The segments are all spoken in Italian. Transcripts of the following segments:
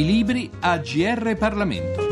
I libri a GR Parlamento.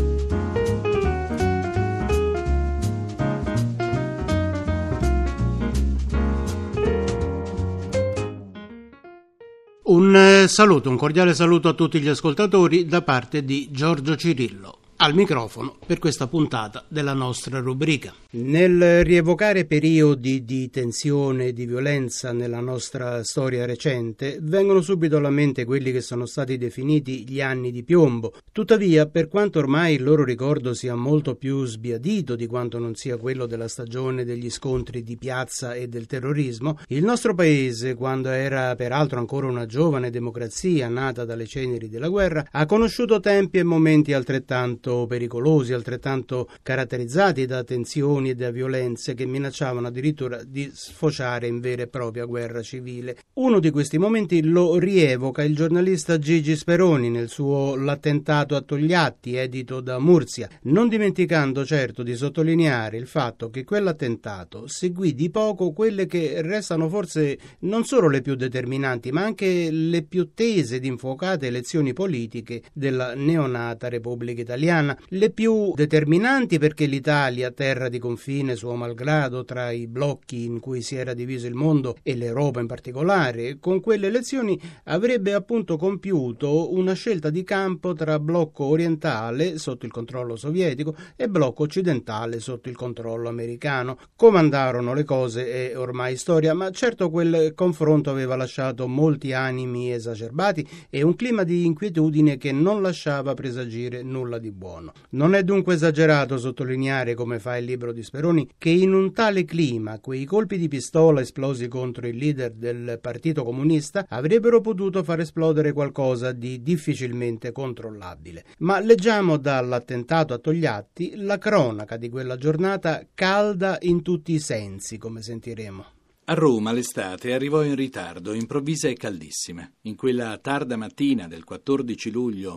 Un cordiale saluto a tutti gli ascoltatori da parte di Giorgio Cirillo. Al microfono per questa puntata della nostra rubrica. Nel rievocare periodi di tensione e di violenza nella nostra storia recente, vengono subito alla mente quelli che sono stati definiti gli anni di piombo. Tuttavia, per quanto ormai il loro ricordo sia molto più sbiadito di quanto non sia quello della stagione degli scontri di piazza e del terrorismo, il nostro paese, quando era peraltro ancora una giovane democrazia nata dalle ceneri della guerra, ha conosciuto tempi e momenti altrettanto pericolosi, altrettanto caratterizzati da tensioni e da violenze che minacciavano addirittura di sfociare in vera e propria guerra civile. Uno di questi momenti lo rievoca il giornalista Gigi Speroni nel suo L'attentato a Togliatti, edito da Mursia, non dimenticando certo di sottolineare il fatto che quell'attentato seguì di poco quelle che restano forse non solo le più determinanti, ma anche le più tese ed infuocate elezioni politiche della neonata Repubblica Italiana. Le più determinanti perché l'Italia, terra di confine suo malgrado tra i blocchi in cui si era diviso il mondo e l'Europa in particolare, con quelle elezioni avrebbe appunto compiuto una scelta di campo tra blocco orientale sotto il controllo sovietico e blocco occidentale sotto il controllo americano. Come andarono le cose è ormai storia, ma certo quel confronto aveva lasciato molti animi esacerbati e un clima di inquietudine che non lasciava presagire nulla di buono. Non è dunque esagerato sottolineare, come fa il libro di Speroni, che in un tale clima quei colpi di pistola esplosi contro il leader del Partito Comunista avrebbero potuto far esplodere qualcosa di difficilmente controllabile. Ma leggiamo dall'attentato a Togliatti la cronaca di quella giornata calda in tutti i sensi, come sentiremo. A Roma l'estate arrivò in ritardo, improvvisa e caldissima. In quella tarda mattina del 14 luglio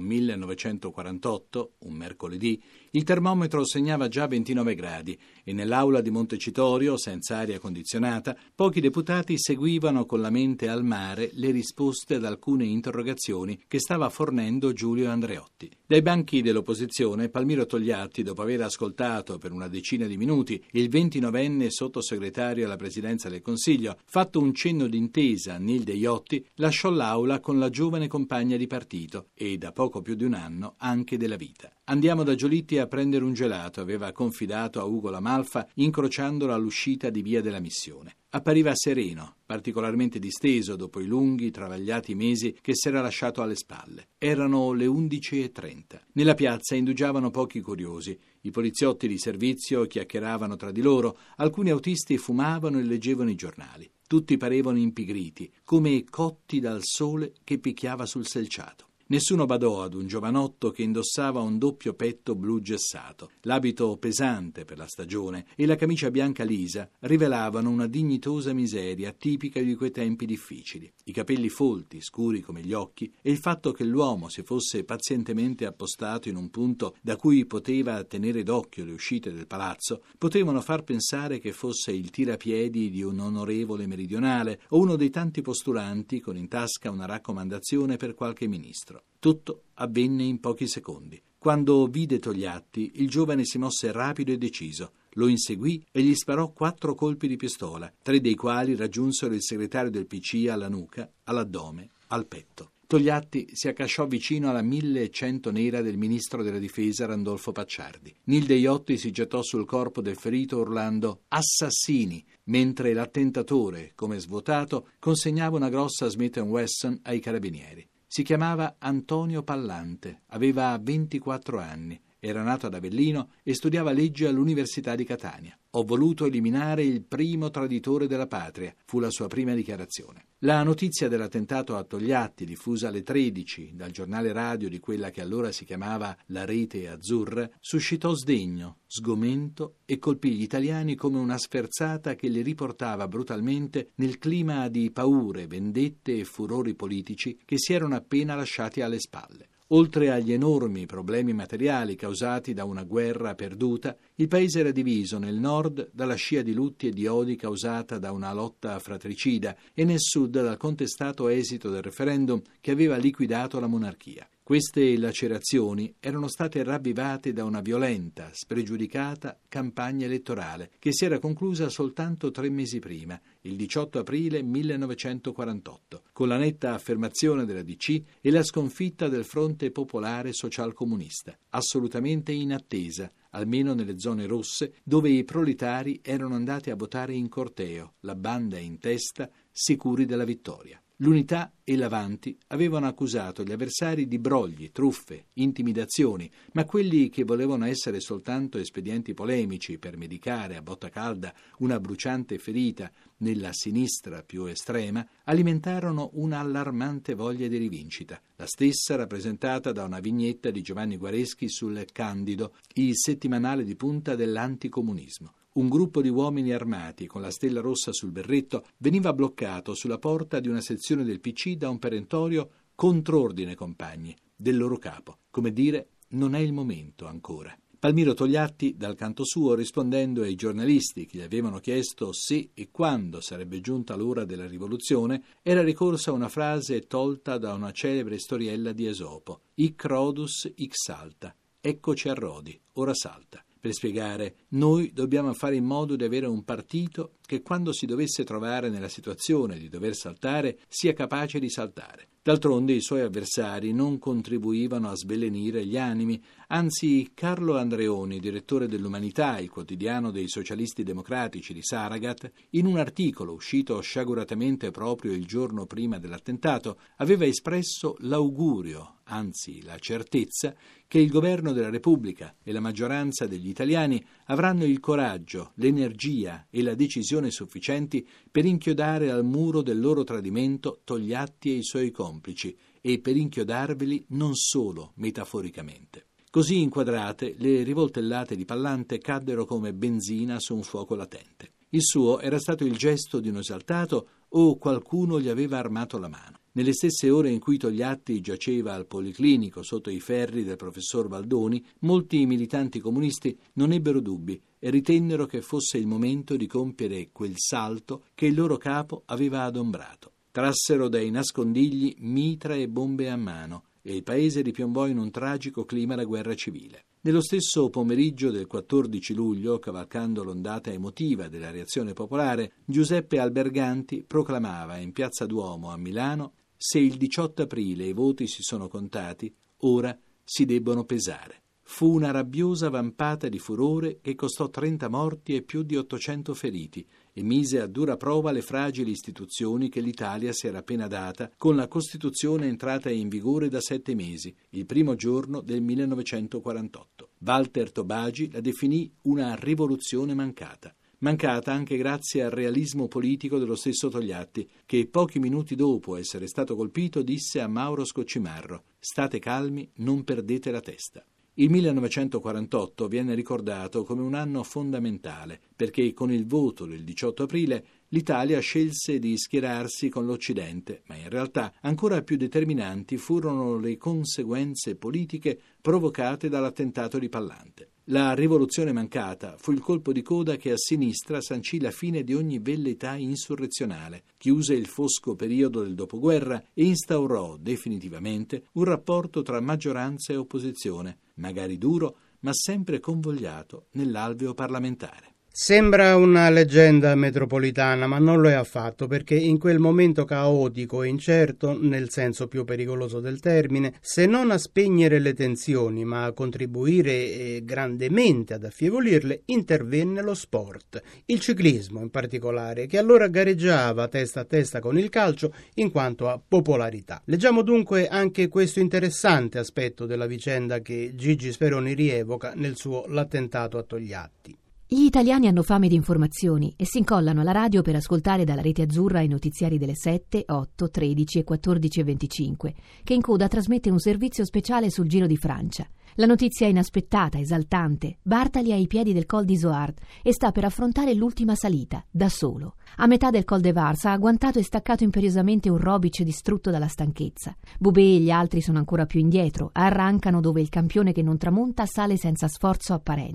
1948, un mercoledì, il termometro segnava già 29 gradi e nell'aula di Montecitorio, senza aria condizionata, pochi deputati seguivano con la mente al mare le risposte ad alcune interrogazioni che stava fornendo Giulio Andreotti. Dai banchi dell'opposizione, Palmiro Togliatti, dopo aver ascoltato per una decina di minuti il 29enne sottosegretario alla presidenza del Consiglio, fatto un cenno d'intesa a Nilde Iotti, lasciò l'aula con la giovane compagna di partito e, da poco più di un anno, anche della vita. «Andiamo da Giolitti a prendere un gelato», aveva confidato a Ugo La Malfa incrociandolo all'uscita di Via della Missione. Appariva sereno, particolarmente disteso dopo i lunghi, travagliati mesi che si era lasciato alle spalle. Erano le 11:30. Nella piazza indugiavano pochi curiosi. I poliziotti di servizio chiacchieravano tra di loro, alcuni autisti fumavano e leggevano i giornali. Tutti parevano impigriti, come cotti dal sole che picchiava sul selciato. Nessuno badò ad un giovanotto che indossava un doppio petto blu gessato. L'abito pesante per la stagione e la camicia bianca lisa rivelavano una dignitosa miseria tipica di quei tempi difficili. I capelli folti, scuri come gli occhi, e il fatto che l'uomo si fosse pazientemente appostato in un punto da cui poteva tenere d'occhio le uscite del palazzo, potevano far pensare che fosse il tirapiedi di un onorevole meridionale o uno dei tanti postulanti con in tasca una raccomandazione per qualche ministro. Tutto avvenne in pochi secondi. Quando vide Togliatti, il giovane si mosse rapido e deciso. Lo inseguì e gli sparò 4 colpi di pistola, 3 dei quali raggiunsero il segretario del PC alla nuca, all'addome, al petto. Togliatti si accasciò vicino alla 1100 nera del ministro della difesa Randolfo Pacciardi. Nilde Iotti si gettò sul corpo del ferito urlando «Assassini!», mentre l'attentatore, come svuotato, consegnava una grossa Smith & Wesson ai carabinieri. Si chiamava Antonio Pallante, aveva 24 anni, era nato ad Avellino e studiava legge all'Università di Catania. «Ho voluto eliminare il primo traditore della patria», fu la sua prima dichiarazione. La notizia dell'attentato a Togliatti, diffusa alle 13 dal giornale radio di quella che allora si chiamava La Rete Azzurra, suscitò sdegno, sgomento e colpì gli italiani come una sferzata che li riportava brutalmente nel clima di paure, vendette e furori politici che si erano appena lasciati alle spalle. Oltre agli enormi problemi materiali causati da una guerra perduta, il paese era diviso nel nord dalla scia di lutti e di odi causata da una lotta fratricida e nel sud dal contestato esito del referendum che aveva liquidato la monarchia. Queste lacerazioni erano state ravvivate da una violenta, spregiudicata campagna elettorale che si era conclusa soltanto 3 mesi prima, il 18 aprile 1948, con la netta affermazione della DC e la sconfitta del Fronte Popolare Socialcomunista, assolutamente inattesa, almeno nelle zone rosse, dove i proletari erano andati a votare in corteo, la banda in testa, sicuri della vittoria. L'Unità e l'Avanti avevano accusato gli avversari di brogli, truffe, intimidazioni, ma quelli che volevano essere soltanto espedienti polemici per medicare a botta calda una bruciante ferita nella sinistra più estrema, alimentarono una allarmante voglia di rivincita, la stessa rappresentata da una vignetta di Giovanni Guareschi sul Candido, il settimanale di punta dell'anticomunismo. Un gruppo di uomini armati con la stella rossa sul berretto veniva bloccato sulla porta di una sezione del PC da un perentorio contrordine compagni del loro capo, come dire non è il momento ancora. Palmiro Togliatti, dal canto suo, rispondendo ai giornalisti che gli avevano chiesto se e quando sarebbe giunta l'ora della rivoluzione, era ricorso a una frase tolta da una celebre storiella di Esopo: «Hic Rhodus, hic salta», eccoci a Rodi, ora salta, per spiegare: noi dobbiamo fare in modo di avere un partito che quando si dovesse trovare nella situazione di dover saltare sia capace di saltare. D'altronde i suoi avversari non contribuivano a svellenire gli animi, anzi Carlo Andreoni, direttore dell'Umanità, il quotidiano dei socialisti democratici di Saragat, in un articolo uscito sciaguratamente proprio il giorno prima dell'attentato, aveva espresso l'augurio, anzi la certezza, che il governo della Repubblica e la maggioranza degli italiani avranno il coraggio, l'energia e la decisione sufficienti per inchiodare al muro del loro tradimento Togliatti e i suoi complici e per inchiodarveli non solo metaforicamente. Così inquadrate, le rivoltellate di Pallante caddero come benzina su un fuoco latente. Il suo era stato il gesto di un esaltato o qualcuno gli aveva armato la mano. Nelle stesse ore in cui Togliatti giaceva al Policlinico sotto i ferri del professor Baldoni, molti militanti comunisti non ebbero dubbi e ritennero che fosse il momento di compiere quel salto che il loro capo aveva adombrato. Trassero dai nascondigli mitra e bombe a mano e il paese ripiombò in un tragico clima da guerra civile. Nello stesso pomeriggio del 14 luglio, cavalcando l'ondata emotiva della reazione popolare, Giuseppe Alberganti proclamava in Piazza Duomo a Milano: «Se il 18 aprile i voti si sono contati, ora si debbono pesare». Fu una rabbiosa vampata di furore che costò 30 morti e più di 800 feriti e mise a dura prova le fragili istituzioni che l'Italia si era appena data con la Costituzione entrata in vigore da 7 mesi, il primo giorno del 1948. Walter Tobagi la definì una rivoluzione mancata. Mancata anche grazie al realismo politico dello stesso Togliatti, che pochi minuti dopo essere stato colpito disse a Mauro Scoccimarro: «State calmi, non perdete la testa». Il 1948 viene ricordato come un anno fondamentale perché con il voto del 18 aprile l'Italia scelse di schierarsi con l'Occidente, ma in realtà ancora più determinanti furono le conseguenze politiche provocate dall'attentato di Pallante. La rivoluzione mancata fu il colpo di coda che a sinistra sancì la fine di ogni velleità insurrezionale, chiuse il fosco periodo del dopoguerra e instaurò definitivamente un rapporto tra maggioranza e opposizione, magari duro, ma sempre convogliato nell'alveo parlamentare. Sembra una leggenda metropolitana, ma non lo è affatto, perché in quel momento caotico e incerto, nel senso più pericoloso del termine, se non a spegnere le tensioni, ma a contribuire grandemente ad affievolirle, intervenne lo sport, il ciclismo in particolare, che allora gareggiava testa a testa con il calcio in quanto a popolarità. Leggiamo dunque anche questo interessante aspetto della vicenda che Gigi Speroni rievoca nel suo L'attentato a Togliatti. Gli italiani hanno fame di informazioni e si incollano alla radio per ascoltare dalla rete azzurra i notiziari delle 7, 8, 13 e 14:25, che in coda trasmette un servizio speciale sul Giro di Francia. La notizia è inaspettata, esaltante. Bartali è ai piedi del Col d'Izoard e sta per affrontare l'ultima salita, da solo. A metà del Col de Vars ha agguantato e staccato imperiosamente un Robic distrutto dalla stanchezza. Bubé e gli altri sono ancora più indietro, arrancano dove il campione che non tramonta sale senza sforzo apparente.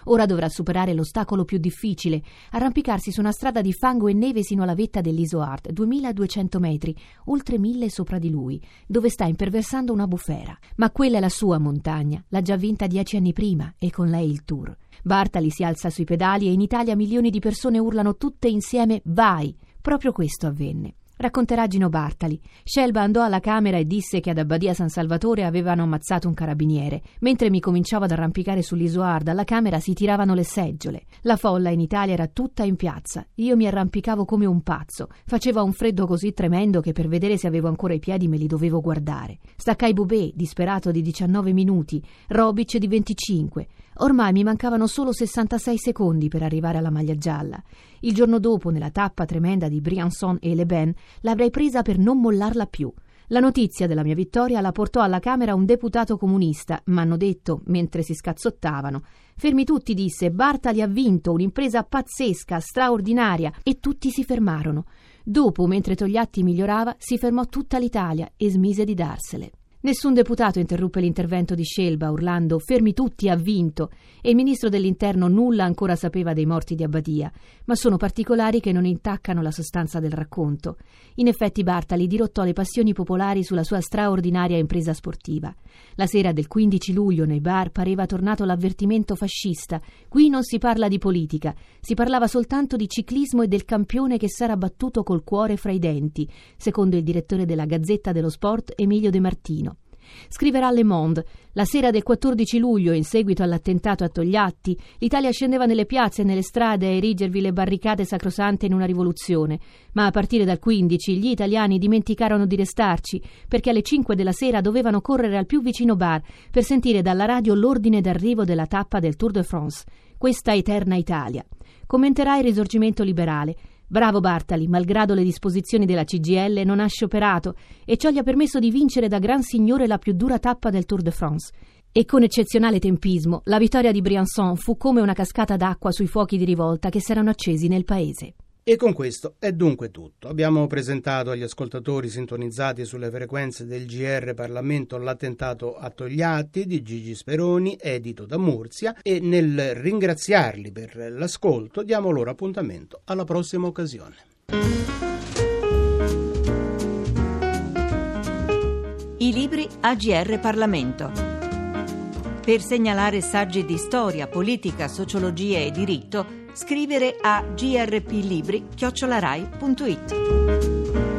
Ora dovrà superare l'ostacolo più difficile, arrampicarsi su una strada di fango e neve sino alla vetta dell'Izoard, 2200 metri, oltre 1000 sopra di lui, dove sta imperversando una bufera. Ma quella è la sua montagna, l'ha già vinta 10 anni prima e con lei il Tour. Bartali si alza sui pedali e in Italia milioni di persone urlano tutte insieme «Vai!». Proprio questo avvenne. Racconterà Gino Bartali. Scelba andò alla Camera e disse che ad Abbadia San Salvatore avevano ammazzato un carabiniere. Mentre mi cominciavo ad arrampicare sull'Izoard, alla Camera si tiravano le seggiole. La folla in Italia era tutta in piazza. Io mi arrampicavo come un pazzo. Faceva un freddo così tremendo che per vedere se avevo ancora i piedi me li dovevo guardare. Staccai Bubé, disperato, di 19 minuti, Robic di 25. Ormai mi mancavano solo 66 secondi per arrivare alla maglia gialla. Il giorno dopo, nella tappa tremenda di Briançon e Le Ben, l'avrei presa per non mollarla più. La notizia della mia vittoria la portò alla Camera un deputato comunista. M'hanno detto, mentre si scazzottavano: «Fermi tutti», disse, «Bartali ha vinto, un'impresa pazzesca, straordinaria», e tutti si fermarono. Dopo, mentre Togliatti migliorava, si fermò tutta l'Italia e smise di darsele. Nessun deputato interruppe l'intervento di Scelba urlando «Fermi tutti, ha vinto!» e il ministro dell'Interno nulla ancora sapeva dei morti di Abbadia, ma sono particolari che non intaccano la sostanza del racconto. In effetti Bartali dirottò le passioni popolari sulla sua straordinaria impresa sportiva. La sera del 15 luglio nei bar pareva tornato l'avvertimento fascista: qui non si parla di politica, si parlava soltanto di ciclismo e del campione che s'era battuto col cuore fra i denti, secondo il direttore della Gazzetta dello Sport Emilio De Martino. Scriverà Le Monde: la sera del 14 luglio, in seguito all'attentato a Togliatti, l'Italia scendeva nelle piazze e nelle strade a erigervi le barricate sacrosante in una rivoluzione, ma a partire dal 15 gli italiani dimenticarono di restarci, perché alle 5 della sera dovevano correre al più vicino bar per sentire dalla radio l'ordine d'arrivo della tappa del Tour de France, questa eterna Italia. Commenterà il risorgimento liberale: bravo Bartali, malgrado le disposizioni della CGIL non ha scioperato e ciò gli ha permesso di vincere da gran signore la più dura tappa del Tour de France. E con eccezionale tempismo, la vittoria di Briançon fu come una cascata d'acqua sui fuochi di rivolta che s'erano accesi nel paese. E con questo è dunque tutto. Abbiamo presentato agli ascoltatori sintonizzati sulle frequenze del GR Parlamento l'attentato a Togliatti di Gigi Speroni, edito da Mursia, e nel ringraziarli per l'ascolto diamo loro appuntamento alla prossima occasione. I libri AGR Parlamento. Per segnalare saggi di storia, politica, sociologia e diritto, scrivere a grplibri@rai.it.